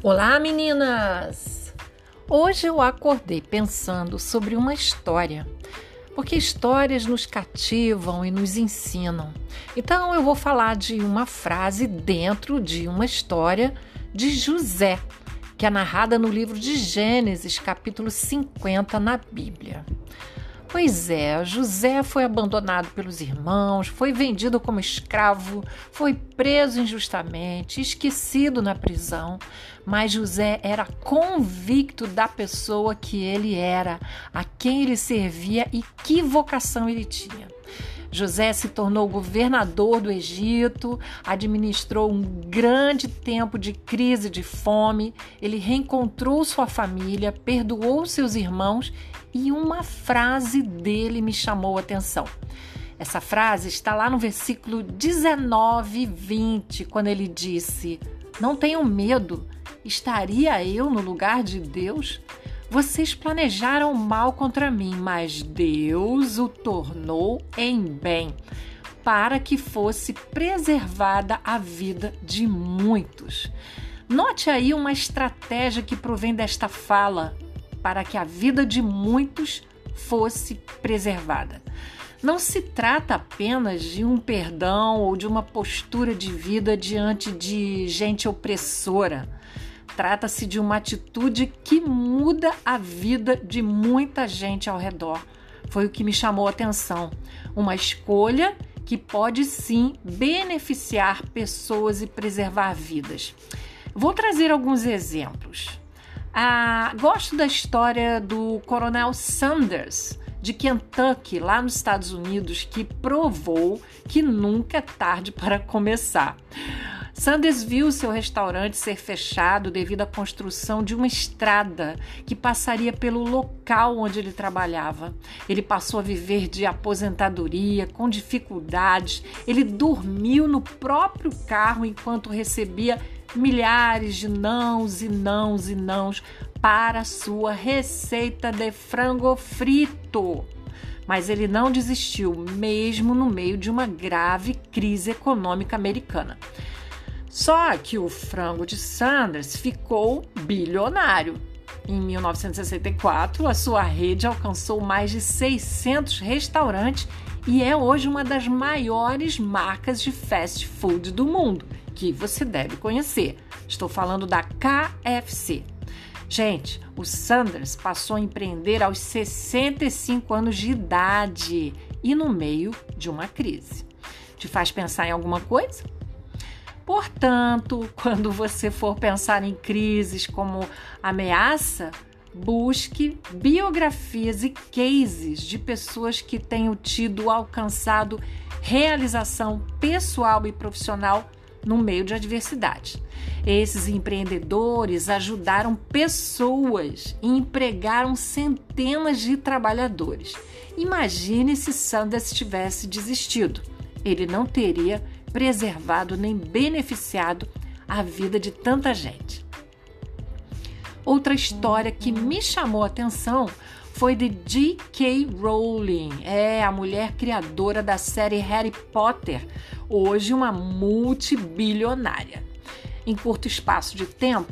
Olá, meninas! Hoje eu acordei pensando sobre uma história, porque histórias nos cativam e nos ensinam. Então eu vou falar de uma frase dentro de uma história de José, que é narrada no livro de Gênesis, capítulo 50 na Bíblia. Pois é, José foi abandonado pelos irmãos, foi vendido como escravo, foi preso injustamente, esquecido na prisão, mas José era convicto da pessoa que ele era, a quem ele servia e que vocação ele tinha. José se tornou governador do Egito, administrou um grande tempo de crise de fome, ele reencontrou sua família, perdoou seus irmãos e uma frase dele me chamou a atenção. Essa frase está lá no versículo 19 e 20, quando ele disse: "Não tenham medo, estaria eu no lugar de Deus? Vocês planejaram mal contra mim, mas Deus o tornou em bem, para que fosse preservada a vida de muitos." Note aí uma estratégia que provém desta fala, para que a vida de muitos fosse preservada. Não se trata apenas de um perdão ou de uma postura de vida diante de gente opressora. Trata-se de uma atitude que muda a vida de muita gente ao redor. Foi o que me chamou a atenção. Uma escolha que pode sim beneficiar pessoas e preservar vidas. Vou trazer alguns exemplos. Gosto da história do Coronel Sanders, de Kentucky, lá nos Estados Unidos, que provou que nunca é tarde para começar. Sanders viu seu restaurante ser fechado devido à construção de uma estrada que passaria pelo local onde ele trabalhava. Ele passou a viver de aposentadoria, com dificuldades. Ele dormiu no próprio carro enquanto recebia milhares de nãos e nãos e nãos para sua receita de frango frito. Mas ele não desistiu, mesmo no meio de uma grave crise econômica americana. Só que o frango de Sanders ficou bilionário. Em 1964, a sua rede alcançou mais de 600 restaurantes e é hoje uma das maiores marcas de fast food do mundo, que você deve conhecer. Estou falando da KFC. Gente, o Sanders passou a empreender aos 65 anos de idade e no meio de uma crise. Te faz pensar em alguma coisa? Portanto, quando você for pensar em crises como ameaça, busque biografias e cases de pessoas que tenham alcançado realização pessoal e profissional no meio de adversidade. Esses empreendedores ajudaram pessoas e empregaram centenas de trabalhadores. Imagine se Sanders tivesse desistido. Ele não teria preservado nem beneficiado a vida de tanta gente. Outra história que me chamou a atenção foi de J.K. Rowling, a mulher criadora da série Harry Potter, hoje uma multibilionária. Em curto espaço de tempo,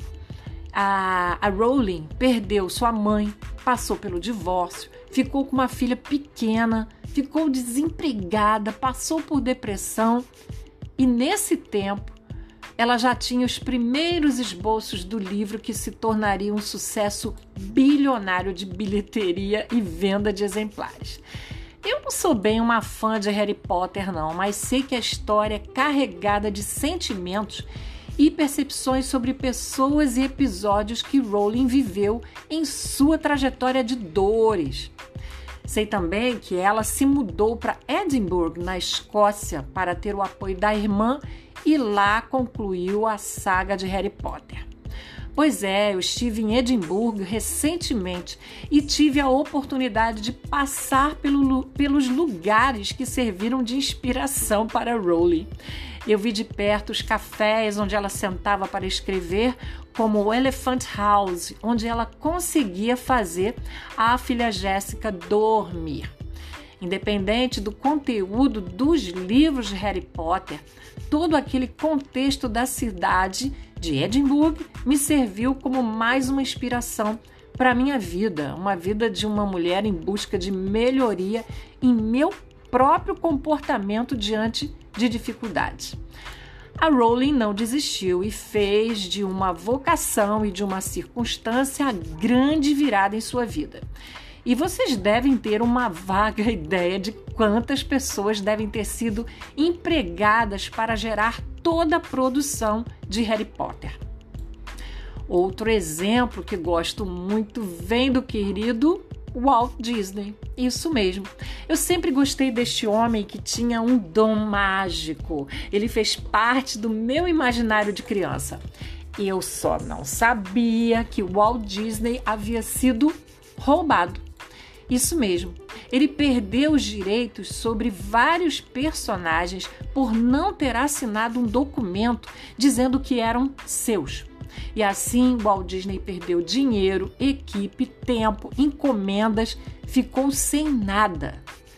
a Rowling perdeu sua mãe, passou pelo divórcio, ficou com uma filha pequena, ficou desempregada, passou por depressão e nesse tempo ela já tinha os primeiros esboços do livro que se tornaria um sucesso bilionário de bilheteria e venda de exemplares. Eu não sou bem uma fã de Harry Potter não, mas sei que a história é carregada de sentimentos e percepções sobre pessoas e episódios que Rowling viveu em sua trajetória de dores. Sei também que ela se mudou para Edimburgo, na Escócia, para ter o apoio da irmã e lá concluiu a saga de Harry Potter. Pois é, eu estive em Edimburgo recentemente e tive a oportunidade de passar pelos lugares que serviram de inspiração para Rowling. Eu vi de perto os cafés onde ela sentava para escrever, como o Elephant House, onde ela conseguia fazer a filha Jéssica dormir. Independente do conteúdo dos livros de Harry Potter, todo aquele contexto da cidade de Edimburgo me serviu como mais uma inspiração para a minha vida, uma vida de uma mulher em busca de melhoria em meu próprio comportamento diante de dificuldades. A Rowling não desistiu e fez de uma vocação e de uma circunstância a grande virada em sua vida. E vocês devem ter uma vaga ideia de quantas pessoas devem ter sido empregadas para gerar toda a produção de Harry Potter. Outro exemplo que gosto muito vem do querido Walt Disney. Isso mesmo. Eu sempre gostei deste homem que tinha um dom mágico. Ele fez parte do meu imaginário de criança. Eu só não sabia que Walt Disney havia sido roubado. Isso mesmo. Ele perdeu os direitos sobre vários personagens por não ter assinado um documento dizendo que eram seus. E assim, Walt Disney perdeu dinheiro, equipe, tempo, encomendas, ficou sem nada.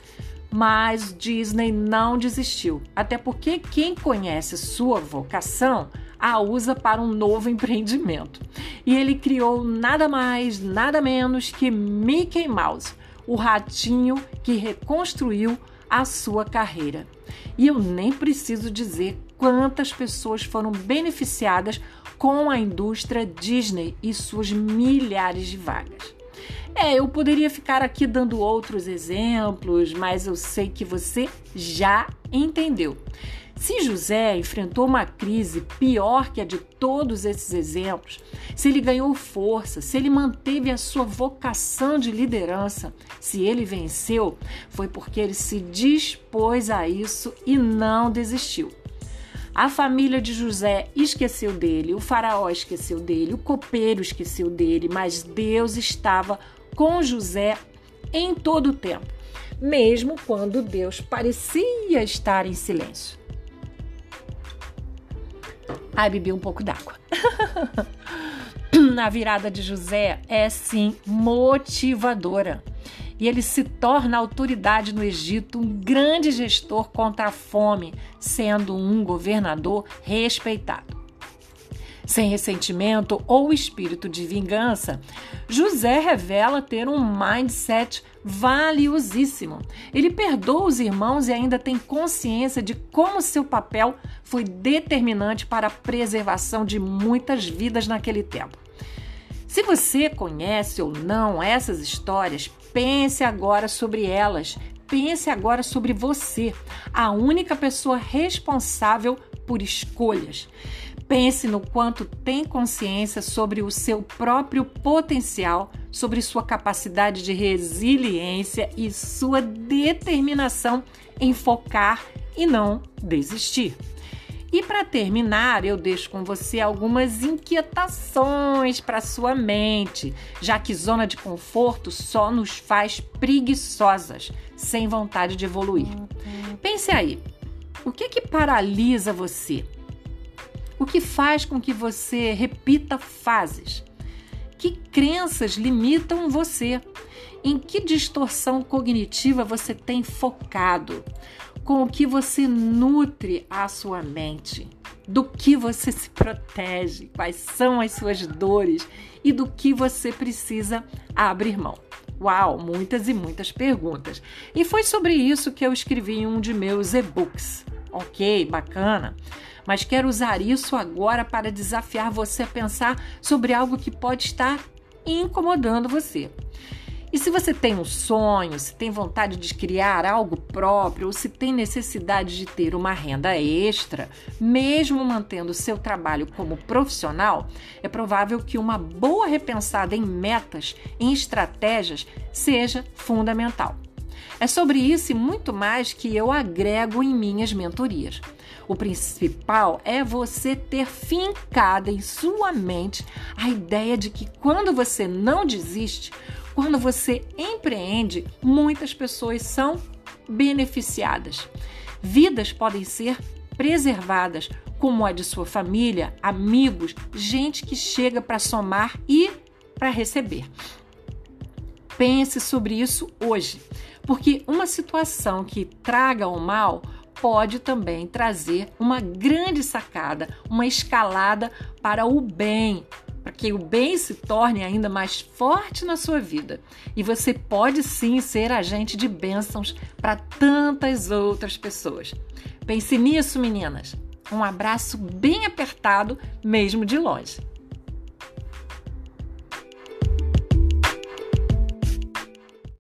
Mas Disney não desistiu, até porque quem conhece sua vocação a usa para um novo empreendimento. E ele criou nada mais, nada menos que Mickey Mouse, o ratinho que reconstruiu a sua carreira. E eu nem preciso dizer quantas pessoas foram beneficiadas com a indústria Disney e suas milhares de vagas. Eu poderia ficar aqui dando outros exemplos, mas eu sei que você já entendeu. Se José enfrentou uma crise pior que a de todos esses exemplos, se ele ganhou força, se ele manteve a sua vocação de liderança, se ele venceu, foi porque ele se dispôs a isso e não desistiu. A família de José esqueceu dele, o faraó esqueceu dele, o copeiro esqueceu dele, mas Deus estava com José em todo o tempo, mesmo quando Deus parecia estar em silêncio. Bebi um pouco d'água. A virada de José é, sim, motivadora. E ele se torna autoridade no Egito, um grande gestor contra a fome, sendo um governador respeitado. Sem ressentimento ou espírito de vingança, José revela ter um mindset valiosíssimo. Ele perdoa os irmãos e ainda tem consciência de como seu papel foi determinante para a preservação de muitas vidas naquele tempo. Se você conhece ou não essas histórias, pense agora sobre elas. Pense agora sobre você, a única pessoa responsável por escolhas. Pense no quanto tem consciência sobre o seu próprio potencial, sobre sua capacidade de resiliência e sua determinação em focar e não desistir. E para terminar, eu deixo com você algumas inquietações para sua mente, já que zona de conforto só nos faz preguiçosas, sem vontade de evoluir. Pense aí, o que paralisa você? O que faz com que você repita fases? Que crenças limitam você? Em que distorção cognitiva você tem focado? Com o que você nutre a sua mente? Do que você se protege? Quais são as suas dores? E do que você precisa abrir mão? Uau, muitas e muitas perguntas. E foi sobre isso que eu escrevi em um de meus e-books. Ok, bacana. Mas quero usar isso agora para desafiar você a pensar sobre algo que pode estar incomodando você. E se você tem um sonho, se tem vontade de criar algo próprio, ou se tem necessidade de ter uma renda extra, mesmo mantendo seu trabalho como profissional, é provável que uma boa repensada em metas, em estratégias, seja fundamental. É sobre isso e muito mais que eu agrego em minhas mentorias. O principal é você ter fincada em sua mente a ideia de que quando você não desiste, quando você empreende, muitas pessoas são beneficiadas. Vidas podem ser preservadas, como a de sua família, amigos, gente que chega para somar e para receber. Pense sobre isso hoje, porque uma situação que traga o mal pode também trazer uma grande sacada, uma escalada para o bem, para que o bem se torne ainda mais forte na sua vida. E você pode sim ser agente de bênçãos para tantas outras pessoas. Pense nisso, meninas. Um abraço bem apertado, mesmo de longe.